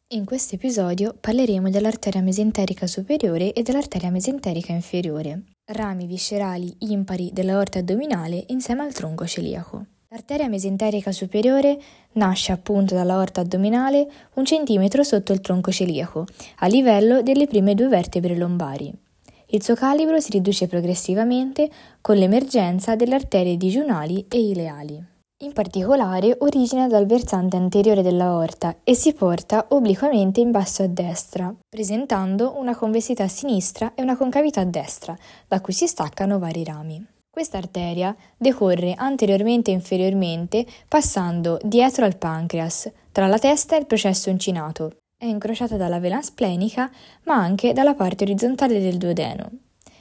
In questo episodio parleremo dell'arteria mesenterica superiore e dell'arteria mesenterica inferiore, rami viscerali impari dell'aorta addominale insieme al tronco celiaco. L'arteria mesenterica superiore nasce appunto dall'aorta addominale 1 centimetro sotto il tronco celiaco, a livello delle prime 2 vertebre lombari. Il suo calibro si riduce progressivamente con l'emergenza delle arterie digiunali e ileali. In particolare origina dal versante anteriore dell'aorta e si porta obliquamente in basso a destra, presentando una convessità a sinistra e una concavità a destra, da cui si staccano vari rami. Questa arteria decorre anteriormente e inferiormente, passando dietro al pancreas, tra la testa e il processo uncinato. È incrociata dalla vena splenica, ma anche dalla parte orizzontale del duodeno.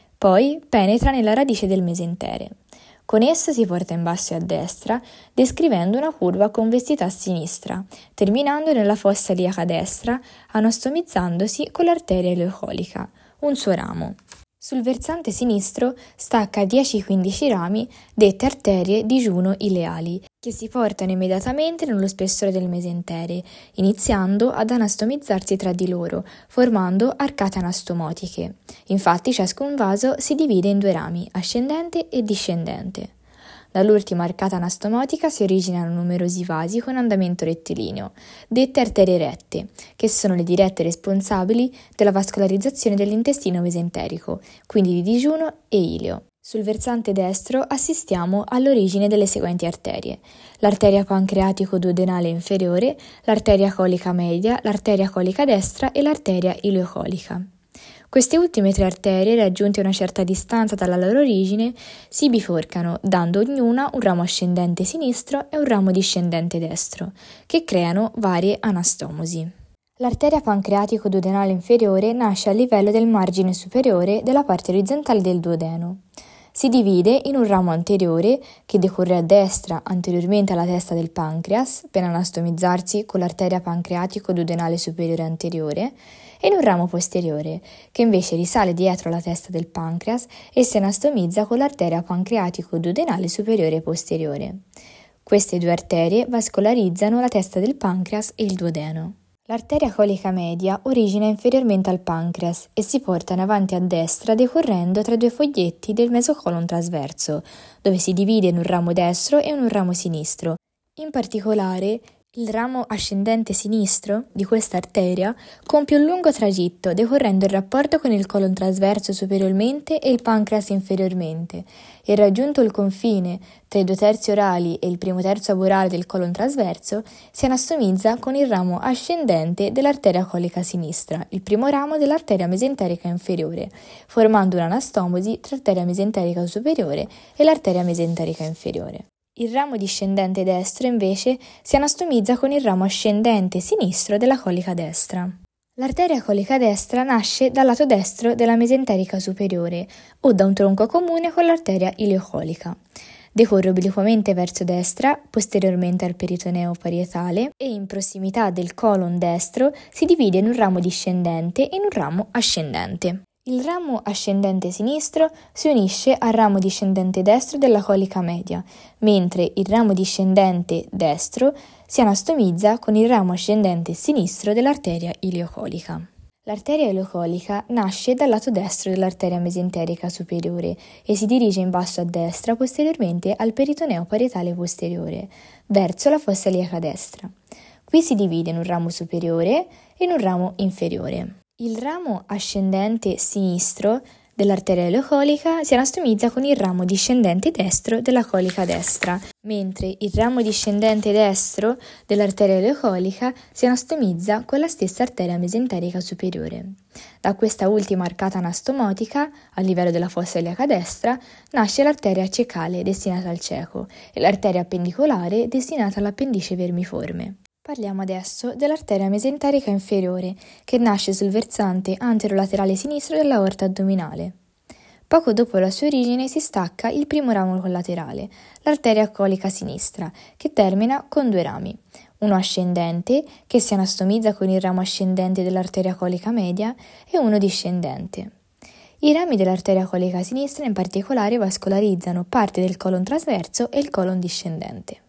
Poi penetra nella radice del mesentere. Con essa si porta in basso e a destra, descrivendo una curva con vestita a sinistra, terminando nella fossa iliaca destra, anastomizzandosi con l'arteria ileocolica, un suo ramo. Sul versante sinistro stacca 10-15 rami, dette arterie digiuno-ileali, che si portano immediatamente nello spessore del mesentere, iniziando ad anastomizzarsi tra di loro, formando arcate anastomotiche. Infatti ciascun vaso si divide in 2 rami, ascendente e discendente. Dall'ultima arcata anastomotica si originano numerosi vasi con andamento rettilineo, dette arterie rette, che sono le dirette responsabili della vascolarizzazione dell'intestino mesenterico, quindi di digiuno e ileo. Sul versante destro assistiamo all'origine delle seguenti arterie: l'arteria pancreatico-duodenale inferiore, l'arteria colica media, l'arteria colica destra e l'arteria ileocolica. Queste ultime 3 arterie, raggiunte a una certa distanza dalla loro origine, si biforcano, dando ognuna un ramo ascendente sinistro e un ramo discendente destro, che creano varie anastomosi. L'arteria pancreatico-duodenale inferiore nasce a livello del margine superiore della parte orizzontale del duodeno. Si divide in un ramo anteriore, che decorre a destra anteriormente alla testa del pancreas, per anastomizzarsi con l'arteria pancreatico-duodenale superiore anteriore, e in un ramo posteriore, che invece risale dietro la testa del pancreas e si anastomizza con l'arteria pancreatico-duodenale superiore posteriore. Queste 2 arterie vascolarizzano la testa del pancreas e il duodeno. L'arteria colica media origina inferiormente al pancreas e si porta in avanti a destra decorrendo tra 2 foglietti del mesocolon trasverso, dove si divide in un ramo destro e in un ramo sinistro. In particolare, il ramo ascendente sinistro di questa arteria compie un lungo tragitto decorrendo il rapporto con il colon trasverso superiormente e il pancreas inferiormente e, raggiunto il confine tra i 2 terzi orali e il primo terzo aborale del colon trasverso, si anastomizza con il ramo ascendente dell'arteria colica sinistra, il primo ramo dell'arteria mesenterica inferiore, formando un'anastomosi tra l'arteria mesenterica superiore e l'arteria mesenterica inferiore. Il ramo discendente destro invece si anastomizza con il ramo ascendente sinistro della colica destra. L'arteria colica destra nasce dal lato destro della mesenterica superiore o da un tronco comune con l'arteria ileocolica. Decorre obliquamente verso destra, posteriormente al peritoneo parietale e in prossimità del colon destro si divide in un ramo discendente e in un ramo ascendente. Il ramo ascendente sinistro si unisce al ramo discendente destro della colica media, mentre il ramo discendente destro si anastomizza con il ramo ascendente sinistro dell'arteria ileocolica. L'arteria ileocolica nasce dal lato destro dell'arteria mesenterica superiore e si dirige in basso a destra posteriormente al peritoneo parietale posteriore, verso la fossa iliaca destra. Qui si divide in un ramo superiore e in un ramo inferiore. Il ramo ascendente sinistro dell'arteria ileocolica si anastomizza con il ramo discendente destro della colica destra, mentre il ramo discendente destro dell'arteria ileocolica si anastomizza con la stessa arteria mesenterica superiore. Da questa ultima arcata anastomotica, a livello della fossa iliaca destra, nasce l'arteria cecale destinata al ceco e l'arteria appendicolare destinata all'appendice vermiforme. Parliamo adesso dell'arteria mesenterica inferiore, che nasce sul versante anterolaterale sinistro dell'aorta addominale. Poco dopo la sua origine si stacca il primo ramo collaterale, l'arteria colica sinistra, che termina con 2 rami, uno ascendente, che si anastomizza con il ramo ascendente dell'arteria colica media, e uno discendente. I rami dell'arteria colica sinistra in particolare vascolarizzano parte del colon trasverso e il colon discendente.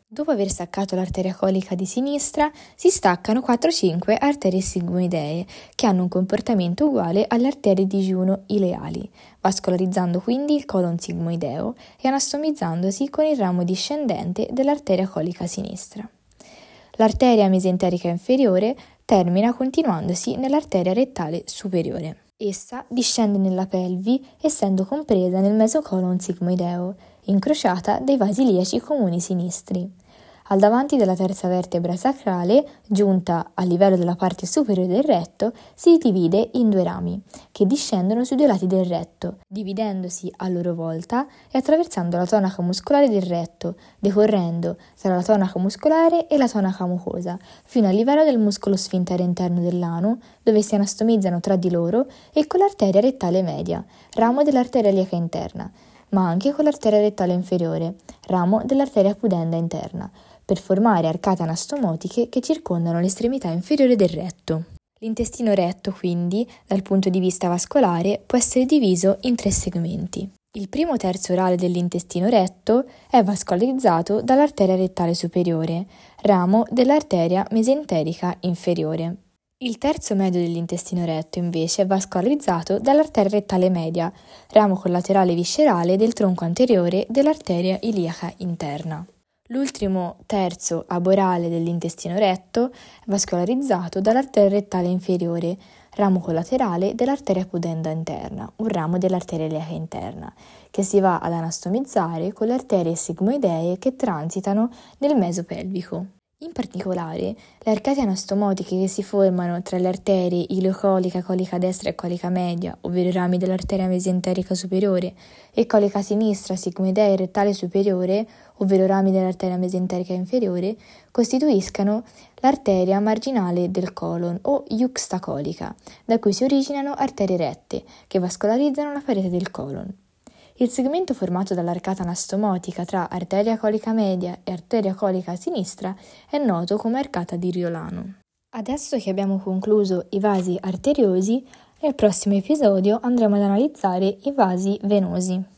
Dopo aver staccato l'arteria colica di sinistra, si staccano 4-5 arterie sigmoidee, che hanno un comportamento uguale alle arterie digiuno ileali, vascolarizzando quindi il colon sigmoideo e anastomizzandosi con il ramo discendente dell'arteria colica sinistra. L'arteria mesenterica inferiore termina continuandosi nell'arteria rettale superiore. Essa discende nella pelvi essendo compresa nel mesocolon sigmoideo, incrociata dai vasi iliaci comuni sinistri. Al davanti della terza vertebra sacrale, giunta a livello della parte superiore del retto, si divide in 2 rami, che discendono sui 2 lati del retto, dividendosi a loro volta e attraversando la tonaca muscolare del retto, decorrendo tra la tonaca muscolare e la tonaca mucosa, fino al livello del muscolo sfintere interno dell'ano, dove si anastomizzano tra di loro e con l'arteria rettale media, ramo dell'arteria iliaca interna, ma anche con l'arteria rettale inferiore, ramo dell'arteria pudenda interna, per formare arcate anastomotiche che circondano l'estremità inferiore del retto. L'intestino retto, quindi, dal punto di vista vascolare, può essere diviso in 3 segmenti. Il primo terzo orale dell'intestino retto è vascolarizzato dall'arteria rettale superiore, ramo dell'arteria mesenterica inferiore. Il terzo medio dell'intestino retto, invece, è vascolarizzato dall'arteria rettale media, ramo collaterale viscerale del tronco anteriore dell'arteria iliaca interna. L'ultimo terzo aborale dell'intestino retto è vascolarizzato dall'arteria rettale inferiore, ramo collaterale dell'arteria pudenda interna, un ramo dell'arteria iliaca interna, che si va ad anastomizzare con le arterie sigmoidee che transitano nel meso pelvico. In particolare, le arcate anastomotiche che si formano tra le arterie ileocolica, colica destra e colica media, ovvero i rami dell'arteria mesenterica superiore, e colica sinistra, sigmoidea e rettale superiore, ovvero rami dell'arteria mesenterica inferiore, costituiscano l'arteria marginale del colon o iuxtacolica, da cui si originano arterie rette, che vascolarizzano la parete del colon. Il segmento formato dall'arcata anastomotica tra arteria colica media e arteria colica sinistra è noto come arcata di Riolano. Adesso che abbiamo concluso i vasi arteriosi, nel prossimo episodio andremo ad analizzare i vasi venosi.